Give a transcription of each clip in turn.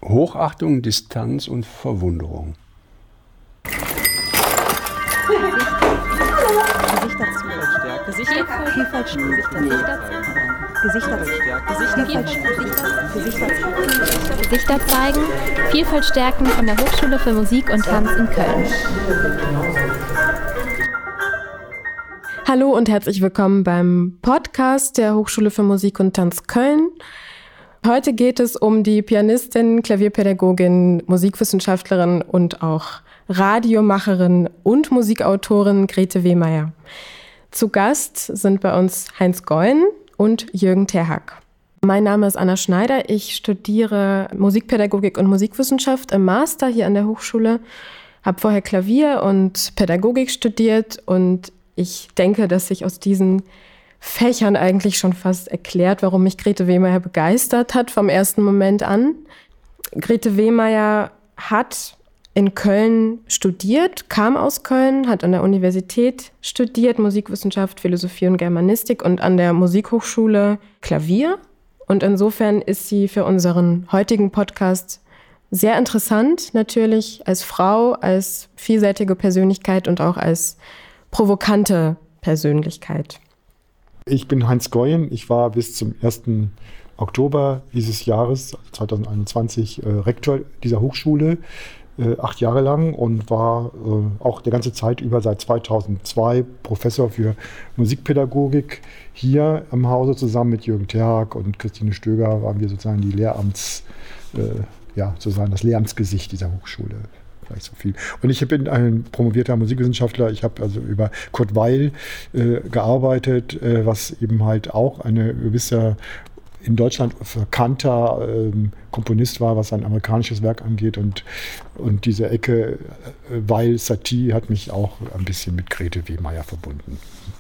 Hochachtung, Distanz und Verwunderung. Gesichter zeigen, Vielfalt stärken von der Hochschule für Musik und Tanz in Köln. Hallo und herzlich willkommen beim Podcast der Hochschule für Musik und Tanz Köln. Heute geht es um die Pianistin, Klavierpädagogin, Musikwissenschaftlerin und auch Radiomacherin und Musikautorin Grete Wehmeyer. Zu Gast sind bei uns Heinz Goyen und Jürgen Terhack. Mein Name ist Anna Schneider. Ich studiere Musikpädagogik und Musikwissenschaft im Master hier an der Hochschule, habe vorher Klavier und Pädagogik studiert und ich denke, dass sich aus diesen Fächern eigentlich schon fast erklärt, warum mich Grete Wehmeyer begeistert hat vom ersten Moment an. Grete Wehmeyer hat in Köln studiert, kam aus Köln, hat an der Universität studiert, Musikwissenschaft, Philosophie und Germanistik und an der Musikhochschule Klavier. Und insofern ist sie für unseren heutigen Podcast sehr interessant, natürlich als Frau, als vielseitige Persönlichkeit und auch als provokante Persönlichkeit. Ich bin Heinz Goyen. Ich war bis zum 1. Oktober dieses Jahres, 2021, Rektor dieser Hochschule, 8 Jahre lang und war auch die ganze Zeit über seit 2002 Professor für Musikpädagogik hier im Hause. Zusammen mit Jürgen Terhack und Christine Stöger waren wir sozusagen die sozusagen das Lehramtsgesicht dieser Hochschule. So viel. Und ich bin ein promovierter Musikwissenschaftler. Ich habe also über Kurt Weill gearbeitet, was eben halt auch eine gewisse in Deutschland verkannter Komponist war, was sein amerikanisches Werk angeht. Und diese Ecke Weill-Satie hat mich auch ein bisschen mit Grete Wehmeyer verbunden.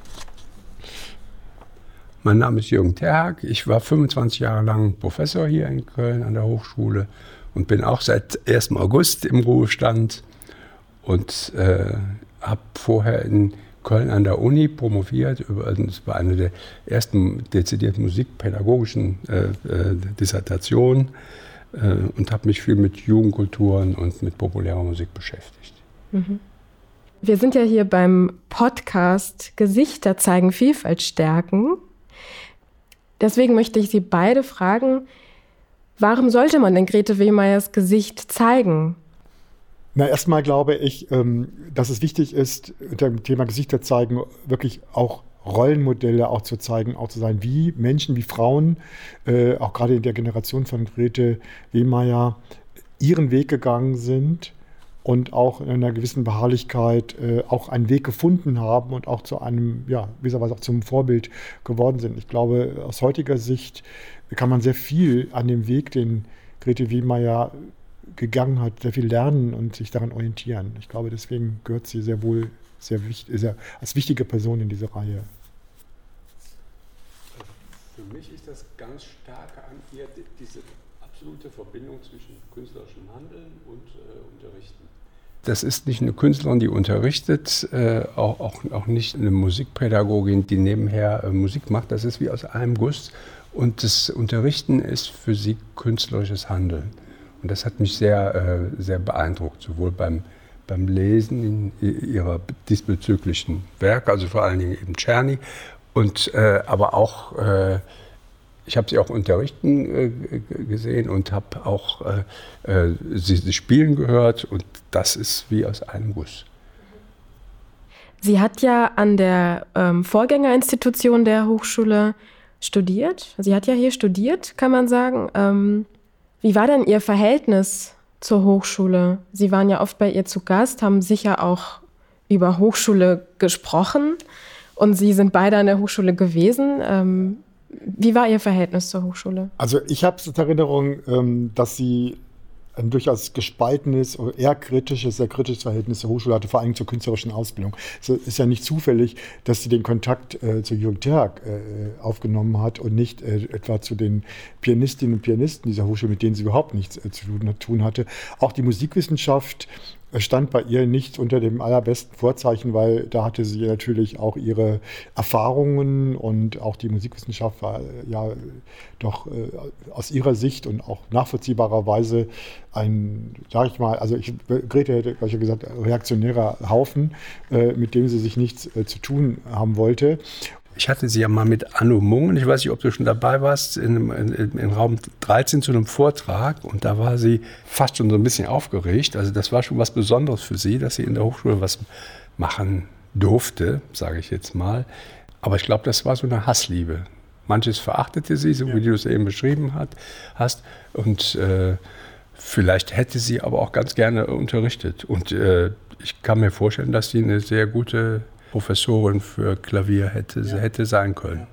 Mein Name ist Jürgen Terhack. Ich war 25 Jahre lang Professor hier in Köln an der Hochschule und bin auch seit 1. August im Ruhestand und habe vorher in Köln an der Uni promoviert. Das war eine der ersten dezidiert musikpädagogischen Dissertationen und habe mich viel mit Jugendkulturen und mit populärer Musik beschäftigt. Mhm. Wir sind ja hier beim Podcast Gesichter zeigen, Vielfalt stärken. Deswegen möchte ich Sie beide fragen, warum sollte man denn Grete Wehmeyers Gesicht zeigen? Na, erstmal glaube ich, dass es wichtig ist, unter dem Thema Gesichter zeigen, wirklich auch Rollenmodelle auch zu zeigen, auch zu sein, wie Menschen, wie Frauen, auch gerade in der Generation von Grete Wehmeyer, ihren Weg gegangen sind und auch in einer gewissen Beharrlichkeit auch einen Weg gefunden haben und auch zu einem, gewisserweise auch zum Vorbild geworden sind. Ich glaube, aus heutiger Sicht kann man sehr viel an dem Weg, den Grete Wehmeyer gegangen hat, sehr viel lernen und sich daran orientieren. Ich glaube, deswegen gehört sie sehr wohl als wichtige Person in diese Reihe. Für mich ist das ganz stark an ihr diese absolute Verbindung zwischen künstlerischem Handeln und Unterrichten. Das ist nicht eine Künstlerin, die unterrichtet, auch nicht eine Musikpädagogin, die nebenher Musik macht. Das ist wie aus einem Guss. Und das Unterrichten ist für sie künstlerisches Handeln. Und das hat mich sehr, sehr beeindruckt, sowohl beim Lesen in ihrer diesbezüglichen Werke, also vor allen Dingen eben Czerny, aber auch, ich habe sie auch unterrichten gesehen und habe auch sie spielen gehört und das ist wie aus einem Guss. Sie hat ja an der Vorgängerinstitution der Hochschule studiert. Sie hat ja hier studiert, kann man sagen. Wie war denn Ihr Verhältnis zur Hochschule? Sie waren ja oft bei ihr zu Gast, haben sicher auch über Hochschule gesprochen und Sie sind beide an der Hochschule gewesen. Wie war Ihr Verhältnis zur Hochschule? Also ich habe es in Erinnerung, dass sie ein durchaus gespaltenes oder eher sehr kritisches Verhältnis zur Hochschule hatte, vor allem zur künstlerischen Ausbildung. Es ist ja nicht zufällig, dass sie den Kontakt zu Jürgen Terhack aufgenommen hat und nicht etwa zu den Pianistinnen und Pianisten dieser Hochschule, mit denen sie überhaupt nichts zu tun hatte. Auch die Musikwissenschaft stand bei ihr nicht unter dem allerbesten Vorzeichen, weil da hatte sie natürlich auch ihre Erfahrungen und auch die Musikwissenschaft war ja doch aus ihrer Sicht und auch nachvollziehbarerweise ein, sage ich mal, also Grete hätte gleich gesagt, reaktionärer Haufen, mit dem sie sich nichts zu tun haben wollte. Ich hatte sie ja mal mit Anno Mungen, ich weiß nicht, ob du schon dabei warst, in Raum 13 zu einem Vortrag und da war sie fast schon so ein bisschen aufgeregt. Also das war schon was Besonderes für sie, dass sie in der Hochschule was machen durfte, sage ich jetzt mal. Aber ich glaube, das war so eine Hassliebe. Manches verachtete sie, so wie du es eben beschrieben hast. Und vielleicht hätte sie aber auch ganz gerne unterrichtet. Und ich kann mir vorstellen, dass sie eine sehr gute Professorin für Klavier hätte sein können.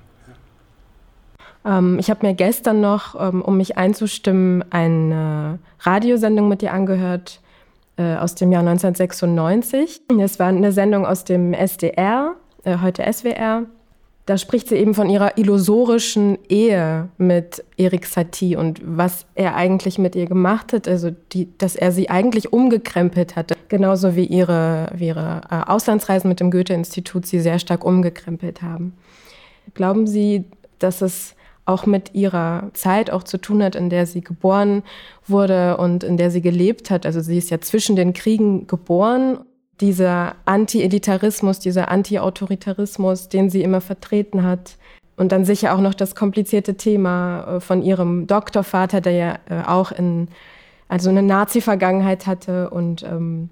Ich habe mir gestern noch, um mich einzustimmen, eine Radiosendung mit ihr angehört aus dem Jahr 1996. Es war eine Sendung aus dem SDR, heute SWR. Da spricht sie eben von ihrer illusorischen Ehe mit Erik Satie und was er eigentlich mit ihr gemacht hat, also dass er sie eigentlich umgekrempelt hatte. Genauso wie ihre Auslandsreisen mit dem Goethe-Institut sie sehr stark umgekrempelt haben. Glauben Sie, dass es auch mit ihrer Zeit auch zu tun hat, in der sie geboren wurde und in der sie gelebt hat? Also sie ist ja zwischen den Kriegen geboren. Dieser Anti-Elitarismus, dieser Anti-Autoritarismus, den sie immer vertreten hat. Und dann sicher auch noch das komplizierte Thema von ihrem Doktorvater, der ja auch eine Nazi-Vergangenheit hatte. Und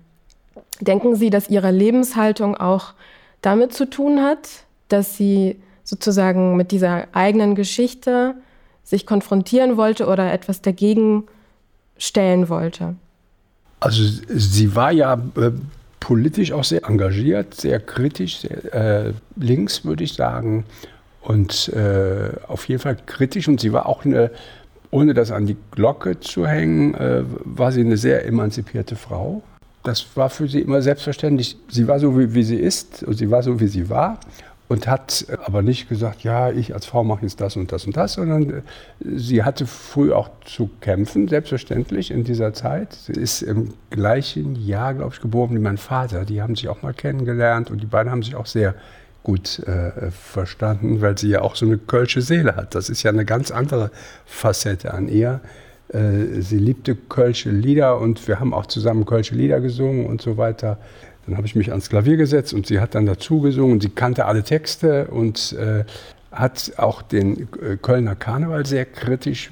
denken Sie, dass Ihre Lebenshaltung auch damit zu tun hat, dass sie sozusagen mit dieser eigenen Geschichte sich konfrontieren wollte oder etwas dagegen stellen wollte? Also sie war ja politisch auch sehr engagiert, sehr kritisch, sehr links, würde ich sagen. Und auf jeden Fall kritisch. Und sie war auch ohne das an die Glocke zu hängen, war sie eine sehr emanzipierte Frau. Das war für sie immer selbstverständlich. Sie war so, wie sie ist, und sie war so, wie sie war. Und hat aber nicht gesagt, ja, ich als Frau mache jetzt das und das und das, sondern sie hatte früh auch zu kämpfen, selbstverständlich in dieser Zeit. Sie ist im gleichen Jahr, glaube ich, geboren wie mein Vater. Die haben sich auch mal kennengelernt und die beiden haben sich auch sehr gut verstanden, weil sie ja auch so eine kölsche Seele hat. Das ist ja eine ganz andere Facette an ihr. Sie liebte kölsche Lieder und wir haben auch zusammen kölsche Lieder gesungen und so weiter. Dann habe ich mich ans Klavier gesetzt und sie hat dann dazu gesungen. Sie kannte alle Texte und hat auch den Kölner Karneval sehr kritisch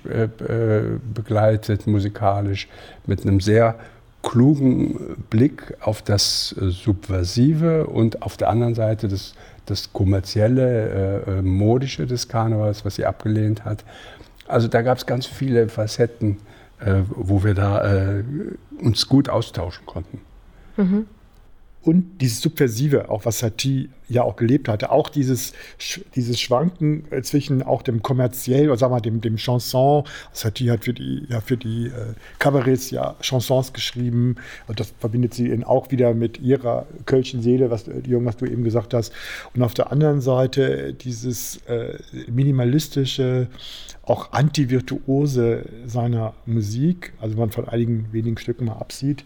begleitet, musikalisch, mit einem sehr klugen Blick auf das Subversive und auf der anderen Seite das kommerzielle, modische des Karnevals, was sie abgelehnt hat. Also da gab es ganz viele Facetten, wo wir da uns gut austauschen konnten. Mhm. Und dieses Subversive, auch was Satie ja auch gelebt hatte, auch dieses Schwanken zwischen auch dem kommerziellen, oder sagen wir mal, dem Chanson. Satie hat für die Kabarets ja Chansons geschrieben und das verbindet sie auch wieder mit ihrer kölschen Seele, was du eben gesagt hast. Und auf der anderen Seite dieses minimalistische, auch antivirtuose seiner Musik, also wenn man von einigen wenigen Stücken mal absieht.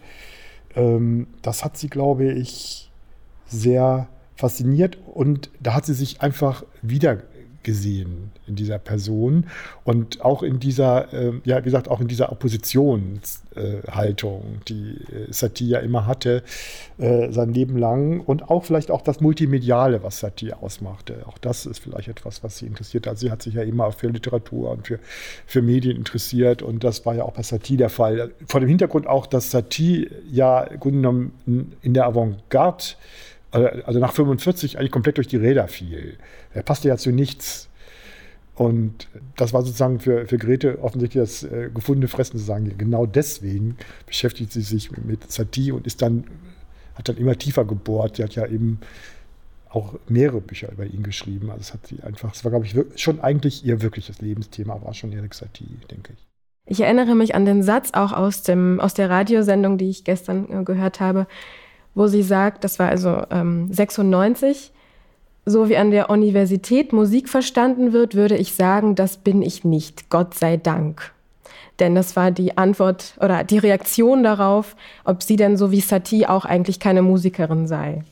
Das hat sie, glaube ich, sehr fasziniert und da hat sie sich einfach wiedergesehen in dieser Person und auch in dieser, wie gesagt, auch in dieser Oppositionshaltung, die Satie ja immer hatte, sein Leben lang und auch vielleicht auch das Multimediale, was Satie ausmachte. Auch das ist vielleicht etwas, was sie interessiert hat. Sie hat sich ja immer auch für Literatur und für Medien interessiert und das war ja auch bei Satie der Fall. Vor dem Hintergrund auch, dass Satie ja im Grunde genommen in der Avantgarde, also nach 45 eigentlich komplett durch die Räder fiel. Er passte ja zu nichts. Und das war sozusagen für Grete offensichtlich das gefundene Fressen zu sagen, genau deswegen beschäftigt sie sich mit Satie und hat dann immer tiefer gebohrt. Sie hat ja eben auch mehrere Bücher über ihn geschrieben. Also es war, glaube ich, schon eigentlich ihr wirkliches Lebensthema, war schon Erik Satie, denke ich. Ich erinnere mich an den Satz auch aus der Radiosendung, die ich gestern gehört habe, wo sie sagt, das war also 96, so wie an der Universität Musik verstanden wird, würde ich sagen, das bin ich nicht, Gott sei Dank. Denn das war die Antwort oder die Reaktion darauf, ob sie denn so wie Satie auch eigentlich keine Musikerin sei.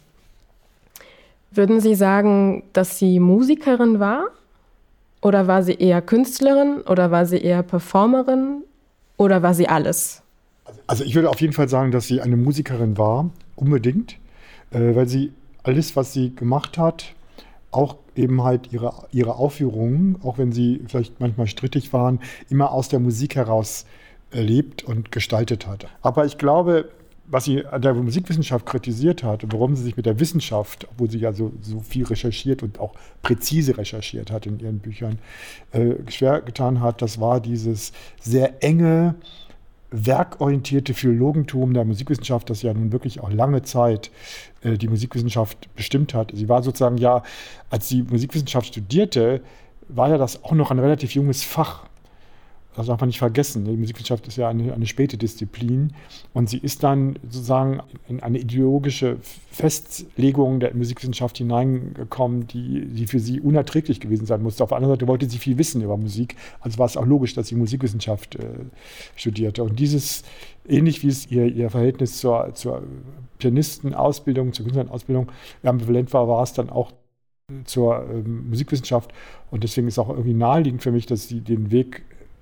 Würden Sie sagen, dass sie Musikerin war? Oder war sie eher Künstlerin? Oder war sie eher Performerin? Oder war sie alles? Also ich würde auf jeden Fall sagen, dass sie eine Musikerin war, unbedingt, weil sie alles, was sie gemacht hat, auch eben halt ihre Aufführungen, auch wenn sie vielleicht manchmal strittig waren, immer aus der Musik heraus erlebt und gestaltet hat. Aber ich glaube, was sie an der Musikwissenschaft kritisiert hat und warum sie sich mit der Wissenschaft, obwohl sie ja so viel recherchiert und auch präzise recherchiert hat in ihren Büchern, schwer getan hat, das war dieses sehr enge, werkorientierte Philologentum der Musikwissenschaft, das ja nun wirklich auch lange Zeit die Musikwissenschaft bestimmt hat. Sie war sozusagen ja, als sie Musikwissenschaft studierte, war ja das auch noch ein relativ junges Fach. Das darf man nicht vergessen. Die Musikwissenschaft ist ja eine späte Disziplin und sie ist dann sozusagen in eine ideologische Festlegung der Musikwissenschaft hineingekommen, die für sie unerträglich gewesen sein musste. Auf der anderen Seite wollte sie viel wissen über Musik, also war es auch logisch, dass sie Musikwissenschaft studierte. Und dieses, ähnlich wie es ihr Verhältnis zur Pianistenausbildung, zur Künstlerin-Ausbildung ambivalent war es dann auch zur Musikwissenschaft. Und deswegen ist auch irgendwie naheliegend für mich, dass sie den Weg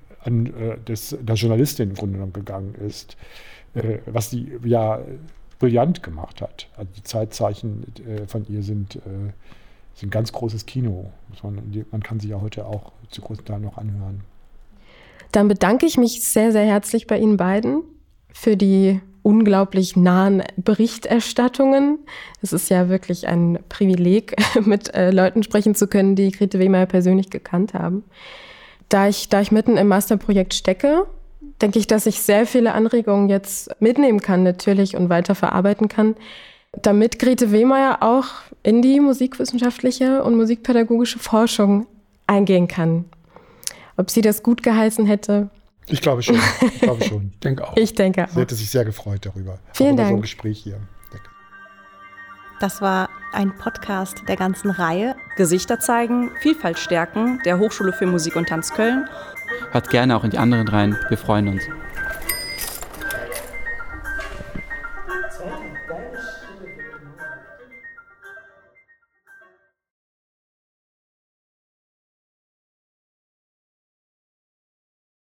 der Journalistin im Grunde genommen gegangen ist, was sie ja brillant gemacht hat. Also die Zeitzeichen von ihr sind ganz großes Kino. Man kann sie ja heute auch zu großen Teilen noch anhören. Dann bedanke ich mich sehr, sehr herzlich bei Ihnen beiden für die unglaublich nahen Berichterstattungen. Es ist ja wirklich ein Privileg, mit Leuten sprechen zu können, die Grete Wehmeyer persönlich gekannt haben. Da ich mitten im Masterprojekt stecke, denke ich, dass ich sehr viele Anregungen jetzt mitnehmen kann natürlich und weiter verarbeiten kann, damit Grete Wehmeyer auch in die musikwissenschaftliche und musikpädagogische Forschung eingehen kann. Ob sie das gut geheißen hätte? Ich glaube schon. Ich denke auch. Ich denke auch. Sie hätte sich sehr gefreut darüber. Vielen Dank. So ein Gespräch hier. Danke. Das war ein Podcast der ganzen Reihe. Gesichter zeigen, Vielfalt stärken, der Hochschule für Musik und Tanz Köln. Hört gerne auch in die anderen rein. Wir freuen uns.